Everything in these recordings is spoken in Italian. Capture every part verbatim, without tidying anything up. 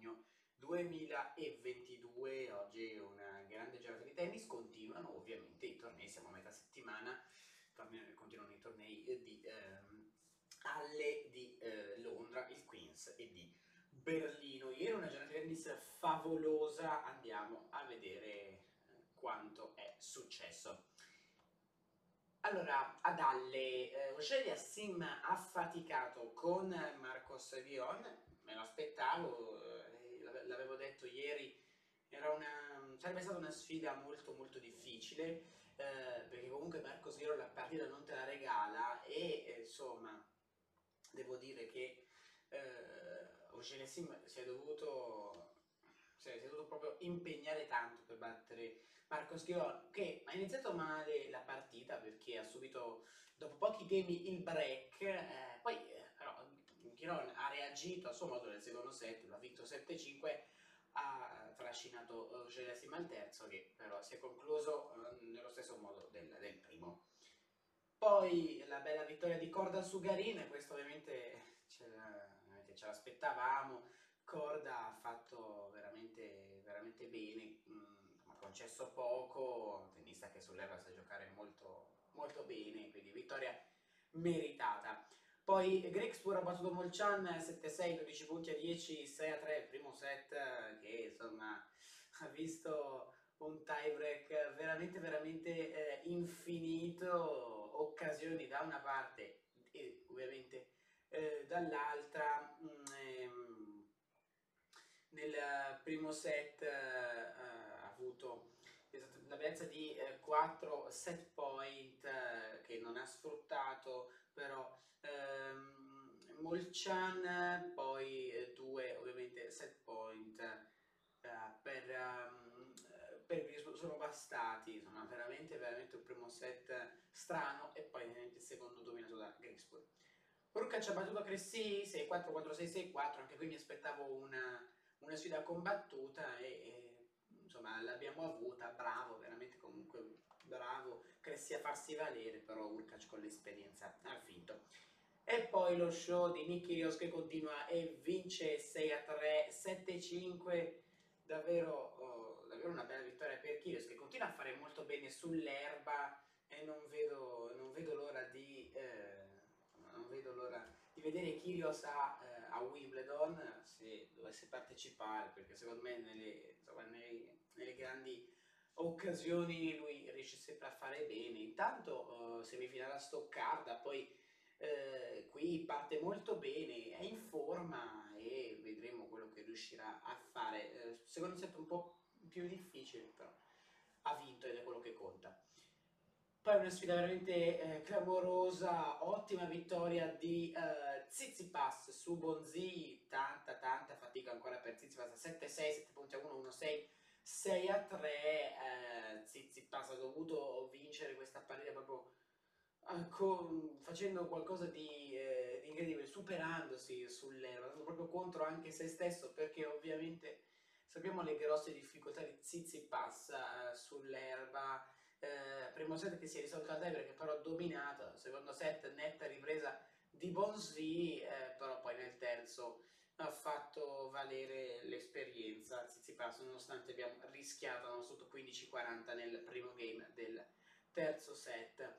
giugno duemilaventidue. Oggi è una grande giornata di tennis, continuano ovviamente i tornei, siamo a metà settimana, continuano i tornei di ehm, Halle di eh, Londra, il Queens e di Berlino. Ieri una giornata di tennis favolosa, andiamo a vedere eh, quanto è successo. Allora, ad Halle, eh, Auger Aliassime ha faticato con Marcos Giron, me lo aspettavo, eh, l'avevo detto ieri, era una, sarebbe stata una sfida molto molto difficile, eh, perché comunque Marcos Giron la partita non te la regala e eh, insomma, devo dire che eh, Auger Aliassime si è dovuto, si è dovuto proprio impegnare tanto per battere Marcos Giron, che ha iniziato male la partita perché ha subito dopo pochi game il break, eh, poi eh, però Giron ha reagito a suo modo nel secondo set, lo ha vinto sette cinque, ha trascinato Auger Aliassime al terzo, che però si è concluso eh, nello stesso modo del, del primo. Poi la bella vittoria di Corda su Garin, questo ovviamente ce, ovviamente ce l'aspettavamo. Corda ha fatto veramente, veramente bene, mh, ha concesso poco, tennista che sull'erba sa giocare molto, molto bene, quindi vittoria meritata. Poi Greg Spur ha battuto Molchan sette sei, dodici punti a dieci, sei a tre, primo set che insomma ha visto un tie break veramente veramente eh, infinito, occasioni da una parte e ovviamente eh, dall'altra. Ehm, nel primo set eh, ha avuto la bellezza di eh, quattro set point eh, che non ha sfruttato, però ehm, Molchan, poi due ovviamente set point eh, per, um, per Griswold sono bastati, insomma veramente veramente un primo set strano e poi ovviamente il secondo dominato da Griswold. Hurkacz ha battuto Cressy sei quattro quattro sei sei quattro, anche qui mi aspettavo una, una sfida combattuta e, e insomma l'abbiamo avuta, bravo, veramente comunque bravo Cressy a farsi valere, però Hurkacz con l'esperienza ha vinto. E poi lo show di Nick Kyrgios che continua e vince sei a tre, sette cinque, davvero, oh, davvero una bella vittoria per Kyrgios che continua a fare molto bene sull'erba e non vedo, non vedo l'ora di... Eh, non vedo l'ora di vedere Kyrgios a, eh, a Wimbledon se dovesse partecipare, perché secondo me nelle, insomma, nelle, nelle grandi occasioni lui riesce sempre a fare bene. Intanto uh, semifinale a Stoccarda, poi eh, qui parte molto bene, è in forma e vedremo quello che riuscirà a fare. Eh, secondo me è stato un po' più difficile, però ha vinto ed è quello che conta. Poi una sfida veramente eh, clamorosa, ottima vittoria di eh, Tsitsipas su Bonzi, tanta tanta fatica ancora per Tsitsipas, sette sei, sette punti a uno, uno sei, sei a tre, eh, Tsitsipas ha dovuto vincere questa partita proprio eh, con- facendo qualcosa di, eh, di incredibile, superandosi sull'erba, andando proprio contro anche se stesso, perché ovviamente sappiamo le grosse difficoltà di Tsitsipas eh, sull'erba. Eh, primo set che si è risolto al tie che però ha dominato, secondo set netta ripresa di Bonzi, eh, però poi nel terzo ha fatto valere l'esperienza Tsitsipas, nonostante abbiamo rischiato no, sotto quindici quaranta nel primo game del terzo set.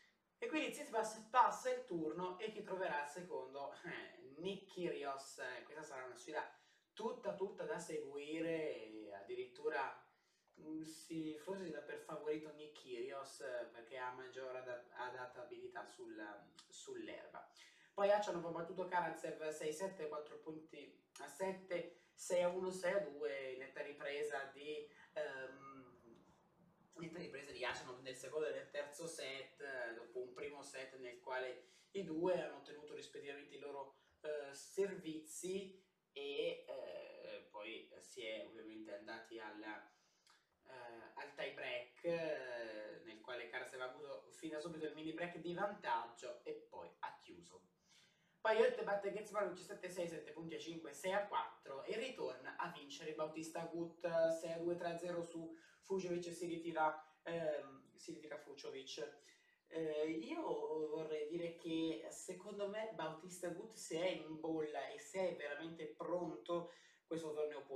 E quindi Tsitsipas passa il turno e chi troverà il secondo? Eh, Nick Kyrgios. Eh, questa sarà una sfida tutta tutta da seguire, e addirittura mh, si, forse si dà per favorito Nick Kyrgios eh, perché ha maggiore adat- adattabilità sul- sull'erba. Poi Acciano ha battuto Karatsev sei sette, quattro punti a sette, sei a uno, sei a due, netta ripresa di... ehm, netta ripresa di Acciano nel secondo e nel terzo set, eh, dopo un primo set nel quale i due hanno ottenuto rispettivamente i loro eh, servizi e eh, poi si è ovviamente andati alla, eh, al tie break eh, nel quale Karas aveva avuto fino a subito il mini break di vantaggio e poi ha chiuso. Poi Otte batte Ghezmanucci sette sei, sette punti a cinque, sei a quattro e ritorna a vincere Bautista Agut sei a due, tre a zero su Fuciovic e si ritira, ehm, si ritira Fuciovic. Eh, io vorrei dire che secondo me Bautista Agut se è in bolla e se è veramente pronto questo torneo può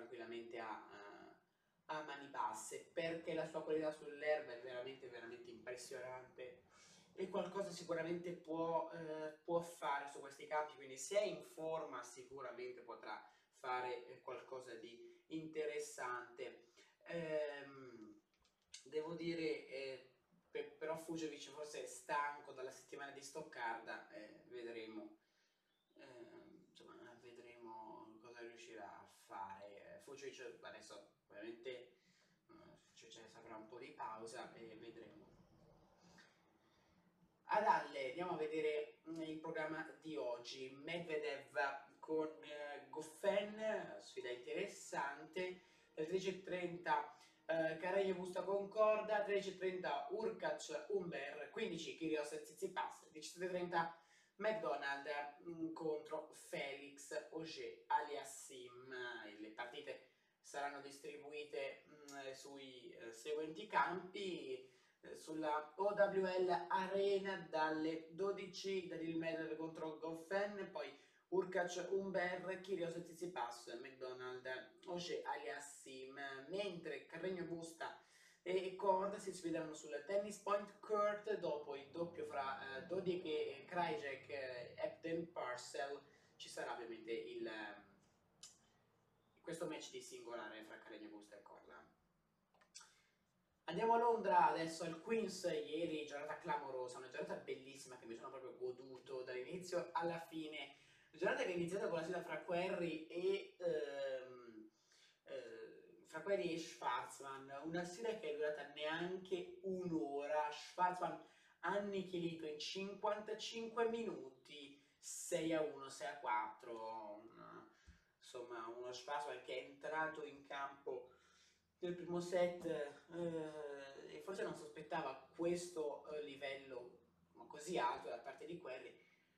tranquillamente a, a, a mani basse, perché la sua qualità sull'erba è veramente veramente impressionante e qualcosa sicuramente può, eh, può fare su questi campi, quindi se è in forma sicuramente potrà fare eh, qualcosa di interessante. Ehm, devo dire, eh, per, però Fujovic forse è stanco dalla settimana di Stoccarda, eh, vedremo, eh, insomma, vedremo cosa riuscirà a fare. Fujovic adesso ovviamente eh, Fujovic avrà un po' di pausa e vedremo. Ad Halle andiamo a vedere il programma di oggi. Medvedev con eh, Goffin, sfida interessante, alle tredici e trenta eh, Carreño Busta Concorda, tredici e trenta Urkac Umber, quindici Kyrgios e Tsitsipas, diciassette e trenta McDonald mh, contro Felix Auger Aliassime. Le partite saranno distribuite mh, sui eh, seguenti campi. Sulla O W L Arena dalle dodici Daniil Medvedev contro Goffin, poi Urkac Umber, Kyrgios e Tsitsipas, McDonald, Auger Aliassime, mentre Carreño Busta e Korda si sfidano sul Tennis Point Court dopo il doppio fra eh, Dodig e Krajicek e Ebden Parcel. Ci sarà ovviamente il, questo match di singolare fra Carreño Busta e Korda. Andiamo a Londra adesso al Queen's. Ieri giornata clamorosa, una giornata bellissima che mi sono proprio goduto dall'inizio alla fine. Giornata che è iniziata con la sfida fra Querrey e ehm, eh, fra Querrey e Schwartzman, una sfida che è durata neanche un'ora. Schwartzman annichilito in cinquantacinque minuti, sei a uno, sei a quattro, una, insomma uno Schwartzman che è entrato in campo nel primo set eh, e forse non sospettava questo eh, livello così alto da parte di Querrey.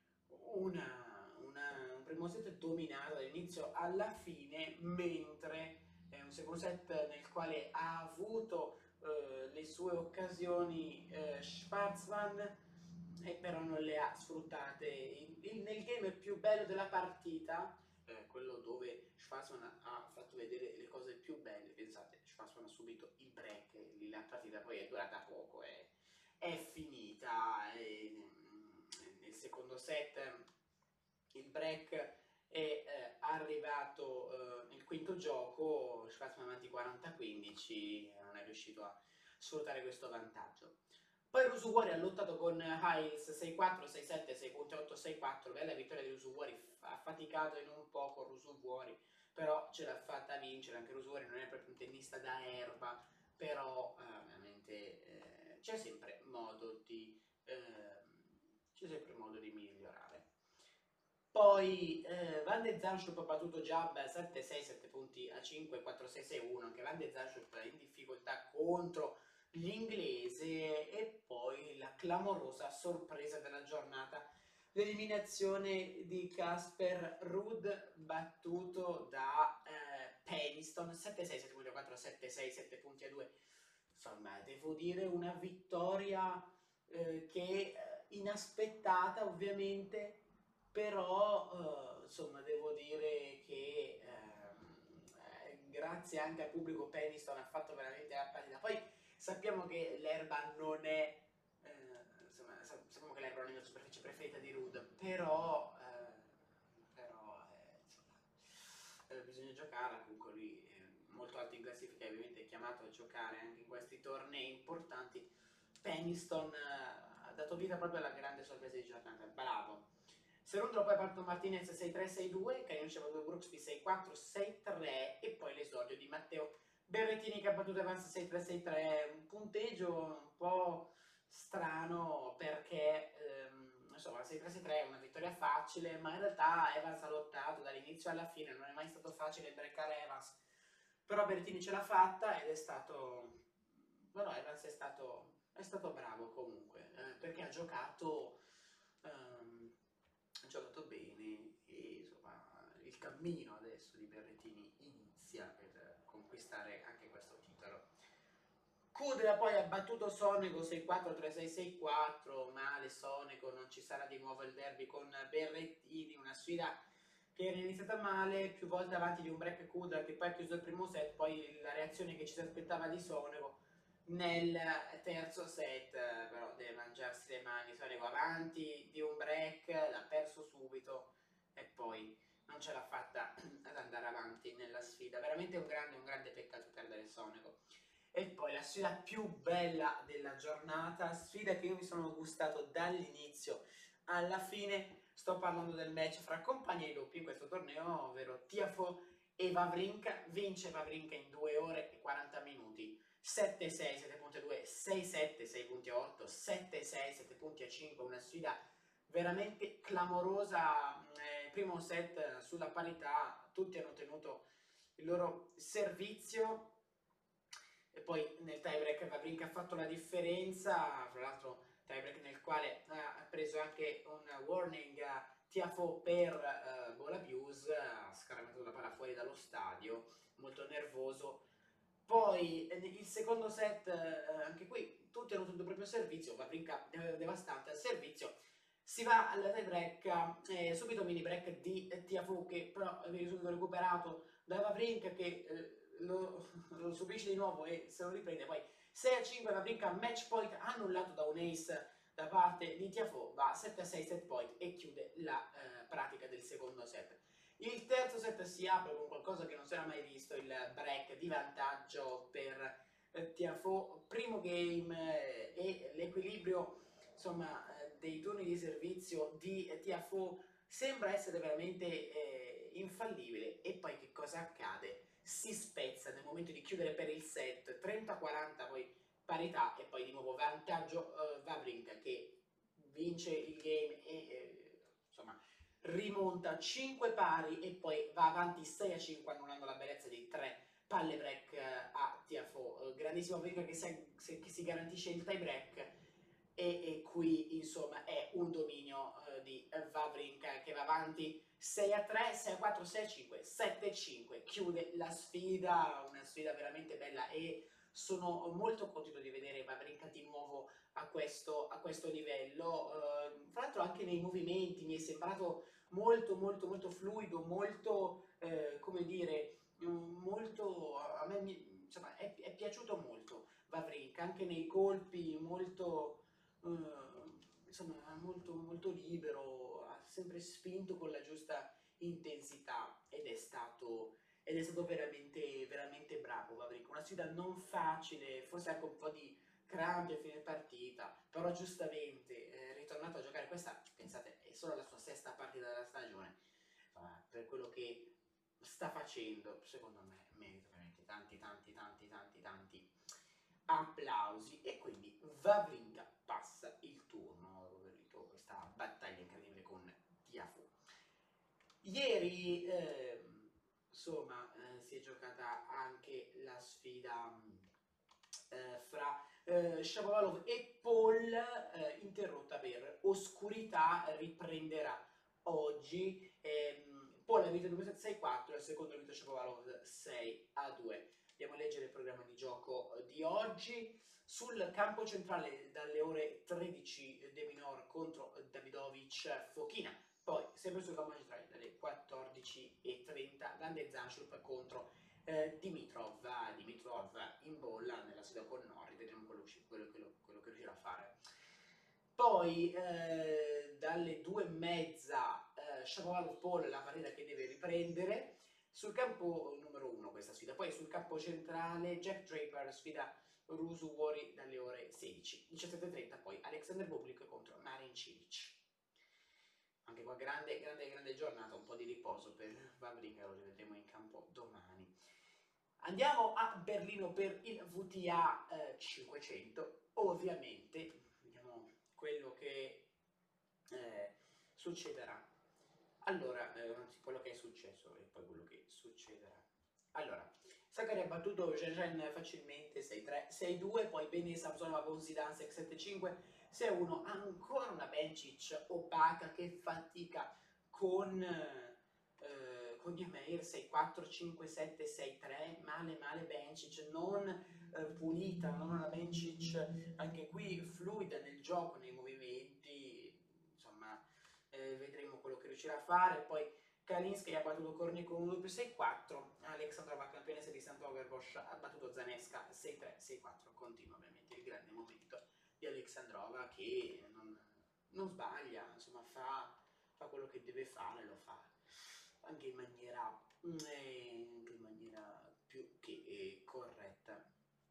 Una, una, un primo set dominato dall'inizio alla fine, mentre è un secondo set nel quale ha avuto eh, le sue occasioni eh, Schwartzman e però non le ha sfruttate. Il, il, nel game più bello della partita, eh, quello dove Schwartzman ha fatto vedere le cose più belle, pensate, Schwartzman ha subito il break, la partita poi è durata poco, è, è finita, e, nel secondo set il break è eh, arrivato eh, nel quinto gioco, Schwartzman avanti quaranta a quindici, non è riuscito a sfruttare questo vantaggio. Poi Rusuwari ha lottato con Hiles sei quattro, sei sette, sei otto, sei quattro, bella vittoria di Rusuwari, ha faticato in un po' con Rusuwari, però ce l'ha fatta vincere. Anche Rusuwari non è proprio un tennista da erba, però eh, ovviamente eh, c'è sempre modo di eh, c'è sempre modo di migliorare. Poi eh, Van de Zandschulp ha battuto Jab sette sei, sette punti a cinque, quattro sei, sei uno, anche Van de Zandschulp in difficoltà contro l'inglese. E poi la clamorosa sorpresa della giornata, l'eliminazione di Casper Ruud battuto da eh, Peniston sette sei, sette punti a quattro, sette sei, sette punti a due. Insomma, devo dire una vittoria eh, che eh, inaspettata ovviamente, però eh, insomma devo dire che ehm, eh, grazie anche al pubblico Peniston ha fatto veramente la partita. Poi sappiamo che l'erba non è eh, insomma sappiamo che l'erba non è la superficie preferita di Ruud, però eh, però eh, insomma eh, bisogna giocare. Comunque lui è molto alto in classifica, ovviamente è chiamato a giocare anche in questi tornei importanti. Peniston eh, ha dato vita proprio alla grande sorpresa di giornata, bravo. Serundolo poi ha battuto Martinez sei tre sei due, Kayonchi ha battuto Brooksby sei quattro sei tre e poi l'esordio di Matteo Berrettini che ha battuto Evans sei tre sei tre, un punteggio un po' strano perché ehm, insomma sei tre sei tre è una vittoria facile, ma in realtà Evans ha lottato dall'inizio alla fine, non è mai stato facile breccare Evans, però Berrettini ce l'ha fatta ed è stato, però Evans è stato, è stato bravo comunque eh, perché ha giocato ehm, ha giocato bene e insomma il cammino adesso di Berrettini inizia per conquistare anche questo titolo. Kudla poi ha battuto Sonego sei quattro tre sei sei quattro, male Sonego, non ci sarà di nuovo il derby con Berrettini, una sfida che era iniziata male, più volte avanti di un break Kudra che poi ha chiuso il primo set, poi la reazione che ci si aspettava di Sonego nel terzo set, però deve mangiarsi le mani. Sonego avanti di un break, l'ha perso subito e poi non ce l'ha fatta ad andare avanti nella sfida. Veramente un grande, un grande peccato perdere Sonego. E poi la sfida più bella della giornata, sfida che io mi sono gustato dall'inizio alla fine. Sto parlando del match fra compagni di doppio in questo torneo, ovvero Tiafoe e Wawrinka. Vince Wawrinka in due ore e quaranta minuti, sette sei, sette punto due, sei sette, sei punto otto, sette sei, sette punto cinque, una sfida veramente clamorosa. Eh, primo set sulla parità, tutti hanno tenuto il loro servizio e poi nel tiebreak Wawrinka ha fatto la differenza, fra l'altro tiebreak nel quale ha preso anche un warning a Tiafoe per uh, ball abuse, ha scaramentato la palla fuori dallo stadio, molto nervoso. Poi il secondo set, eh, anche qui tutti hanno tenuto il proprio servizio, Wawrinka devastante al servizio, si va al tiebreak, eh, subito mini break di Tiafoe che però viene subito recuperato da Wawrinka che eh, lo, lo subisce di nuovo e se lo riprende. Poi sei a cinque Wawrinka, match point annullato da un ace da parte di Tiafoe, va sette a sei set point e chiude la eh, pratica del secondo set. Il terzo set si apre con qualcosa che non si era mai visto, il break di vantaggio per eh, Tiafoe, primo game eh, e l'equilibrio insomma eh, dei turni di servizio di Tiafoe sembra essere veramente eh, infallibile. E poi che cosa accade? Si spezza nel momento di chiudere per il set, trenta a quaranta poi parità e poi di nuovo vantaggio eh, Wawrinka che vince il game e eh, insomma rimonta cinque pari e poi va avanti sei a cinque annullando la bellezza di tre palle break eh, a Tiafoe. Eh, grandissimo Wawrinka che, si, che si garantisce il tie break e, e qui insomma è un dominio eh, di Wawrinka che va avanti sei a tre, sei a quattro, sei a cinque, sette a cinque, chiude la sfida, una sfida veramente bella e sono molto contento di vedere Wawrinka di nuovo a questo, a questo livello. Uh, fra l'altro anche nei movimenti mi è sembrato molto molto molto fluido, molto eh, come dire, molto, a me mi, insomma è, è piaciuto molto Wawrinka, anche nei colpi molto Uh, insomma molto, molto libero, ha sempre spinto con la giusta intensità ed è stato, ed è stato veramente, veramente bravo Wawrinka. Una sfida non facile, forse anche un po' di crampi a fine partita, però giustamente è ritornato a giocare. Questa, pensate, è solo la sua sesta partita della stagione, insomma, per quello che sta facendo, secondo me merita veramente tanti, tanti, tanti, tanti, tanti applausi. E quindi Wawrinka passa il turno dopo questa battaglia incredibile con Tiafoe. Ieri eh, insomma eh, si è giocata anche la sfida eh, fra eh, Shapovalov e Paul, eh, interrotta per oscurità, riprenderà oggi. ehm, Paul ha vinto il primo set sei a quattro e il secondo ha vinto Shapovalov sei a due. Andiamo a leggere il programma di gioco di oggi. Sul campo centrale dalle ore tredici De Minaur contro Davidovic Fokina. Poi sempre sul campo centrale dalle quattordici e trenta Van de Zandschup contro eh, Dimitrov. Dimitrov in bolla nella sfida con Norri, vedremo quello, quello, quello, quello che riuscirà a fare. Poi eh, dalle due e mezza eh, Shapovalov Paul, la partita che deve riprendere sul campo numero uno questa sfida. Poi sul campo centrale Jack Draper sfida Rusu Wori dalle ore sedici, diciassette e trenta poi Alexander Bublik contro Marin Cilic. Anche qua grande, grande, grande giornata, un po' di riposo per Wawrinka, lo rivedremo in campo domani. Andiamo a Berlino per il V T A eh, cinquecento, ovviamente, vediamo quello che eh, succederà. Allora, eh, anzi, quello che è successo e poi quello che succederà. Allora, Sakkari ha battuto Zhezhen facilmente sei tre, sei due, poi Beni Samsonova con Zidansek sette cinque, sei uno, ancora una Bencic opaca che fatica con, eh, con Niemeyer sei quattro, cinque sette, sei tre, male male Bencic, non eh, pulita, non una Bencic anche qui fluida nel gioco, nei movimenti, insomma eh, vedremo quello che riuscirà a fare. Poi Kalinskaya ha battuto Cornet con un due più sei quattro, Alexandrova campionessa di Sankt-Petersburg ha battuto Zanevska sei tre sei quattro, continua ovviamente il grande momento di Alexandrova che non, non sbaglia, insomma fa, fa quello che deve fare, lo fa anche in maniera, eh, anche in maniera più che eh, corretta.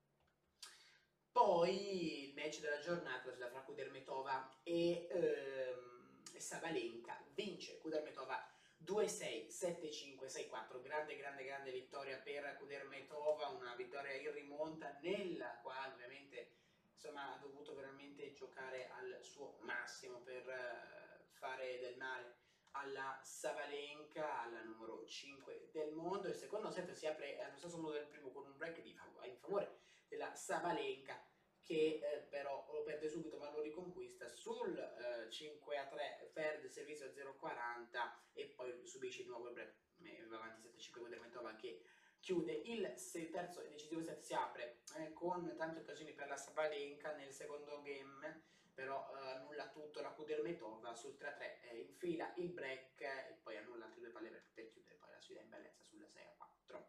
Poi il match della giornata sulla fra Kudermetova e ehm, Sabalenka, vince Kudermetova due sei, sette cinque, sei quattro, grande grande grande vittoria per Kudermetova, una vittoria in rimonta nella quale ovviamente insomma ha dovuto veramente giocare al suo massimo per eh, fare del male alla Sabalenka, alla numero cinque del mondo. Il secondo set si apre allo stesso modo del primo con un break di fav in favore della Sabalenka, che eh, però lo perde subito ma lo riconquista sul eh, cinque a tre, perde il servizio a zero quaranta e poi subisce di nuovo il break, eh, va avanti sette cinque Kudermetova che chiude il terzo e decisivo set. Si apre eh, con tante occasioni per la Sabalenka nel secondo game, però eh, annulla tutto la Kudermetova sul tre a tre, eh, infila il break eh, e poi annulla altre due palle per, per chiudere poi la sfida in bellezza sul sei a quattro.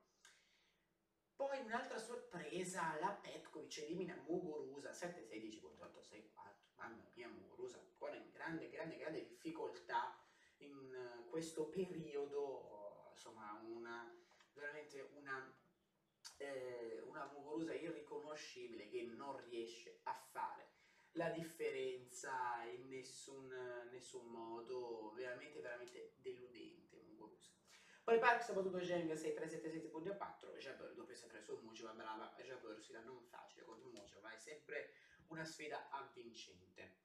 Poi un'altra sorpresa, la Petkovic elimina Muguruza sette sei dieci contro otto sei quattro, mamma mia Muguruza ancora in grande grande grande difficoltà in uh, questo periodo, insomma una, veramente una, eh, una Muguruza irriconoscibile che non riesce a fare la differenza in nessun, nessun modo, veramente veramente deludente Muguruza. Poi Parks ha battuto Zheng sei tre sette sette punti a quattro, Jabber doppio sei tre su Mujeva, brava Jabber, si dà non facile contro Mujeva, è sempre una sfida avvincente.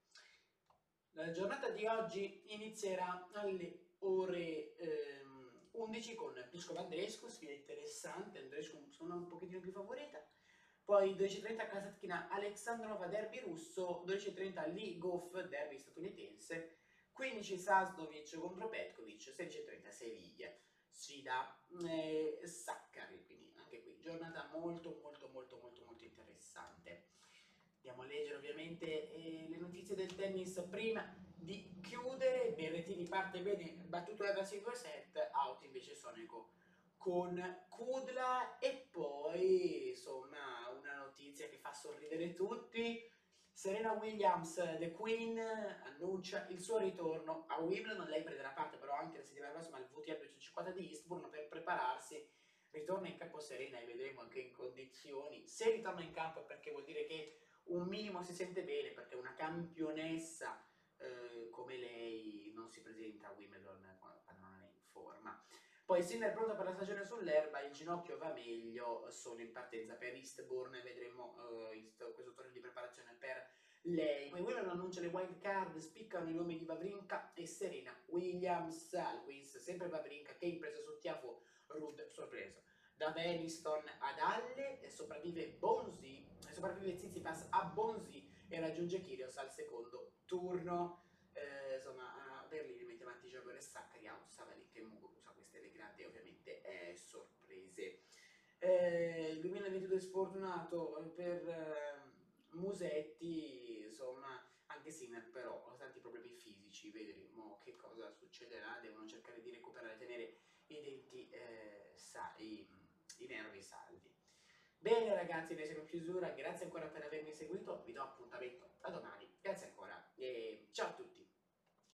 La giornata di oggi inizierà alle ore ehm, undici con Pliskova Andreescu, sfida interessante, Andreescu sono un pochettino più favorita. Poi dodici e trenta Kasatkina Alexandrova, derby russo, dodici e trenta Lee Goff, derby statunitense, quindici Sasnovic contro Petkovic, sedici e trenta Seviglia, sfida eh, Saccari, quindi anche qui giornata molto molto molto molto molto interessante. Andiamo a leggere ovviamente eh, le notizie del tennis prima di chiudere. Berrettini parte bene, battuto Evans due set, out invece Sonego con Kudla. E poi insomma una notizia che fa sorridere tutti: Serena Williams, The Queen, annuncia il suo ritorno a Wimbledon. Lei prenderà parte però anche la settimana prossima al W T A duecentocinquanta di Eastbourne per prepararsi. Ritorna in campo Serena e vedremo anche in condizioni. Se ritorna in campo è perché vuol dire che un minimo si sente bene, perché una campionessa eh, come lei non si presenta a Wimbledon quando non è in forma. Poi Sinner pronta per la stagione sull'erba, il ginocchio va meglio, sono in partenza per Eastbourne, vedremo uh, questo torneo di preparazione per lei. Poi Wimbledon annuncia le wild card, spiccano i nomi di Wawrinka e Serena Williams, al quiz sempre Wawrinka che impresa sul Tiafo, Rudd sorpreso. Da Veniston ad Halle sopravvive Bonzi, sopravvive Tsitsipas a Bonzi e raggiunge Kyrgios al secondo turno. Eh, insomma, a Berlino mette avanti Jabber e Saccari, out Sabalenka e Muguruza, queste le grandi ovviamente eh, sorprese. Eh, il duemilaventidue sfortunato per eh, Musetti, insomma, anche Sinner però ha tanti problemi fisici, vedremo che cosa succederà, devono cercare di recuperare, tenere i denti, eh, i, i nervi saldi. Bene ragazzi, noi siamo in chiusura, grazie ancora per avermi seguito, vi do appuntamento a domani.